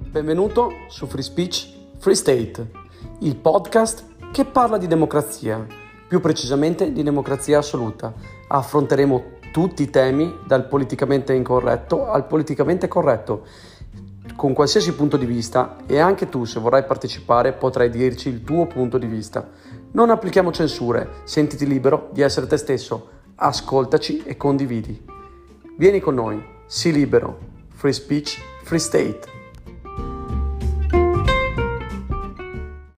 Benvenuto su Free Speech, Free State, il podcast che parla di democrazia, più precisamente di democrazia assoluta. Affronteremo tutti i temi dal politicamente incorretto al politicamente corretto, con qualsiasi punto di vista, e anche tu, se vorrai partecipare, potrai dirci il tuo punto di vista. Non applichiamo censure, sentiti libero di essere te stesso, ascoltaci e condividi. Vieni con noi, sii libero. Free Speech, Free State.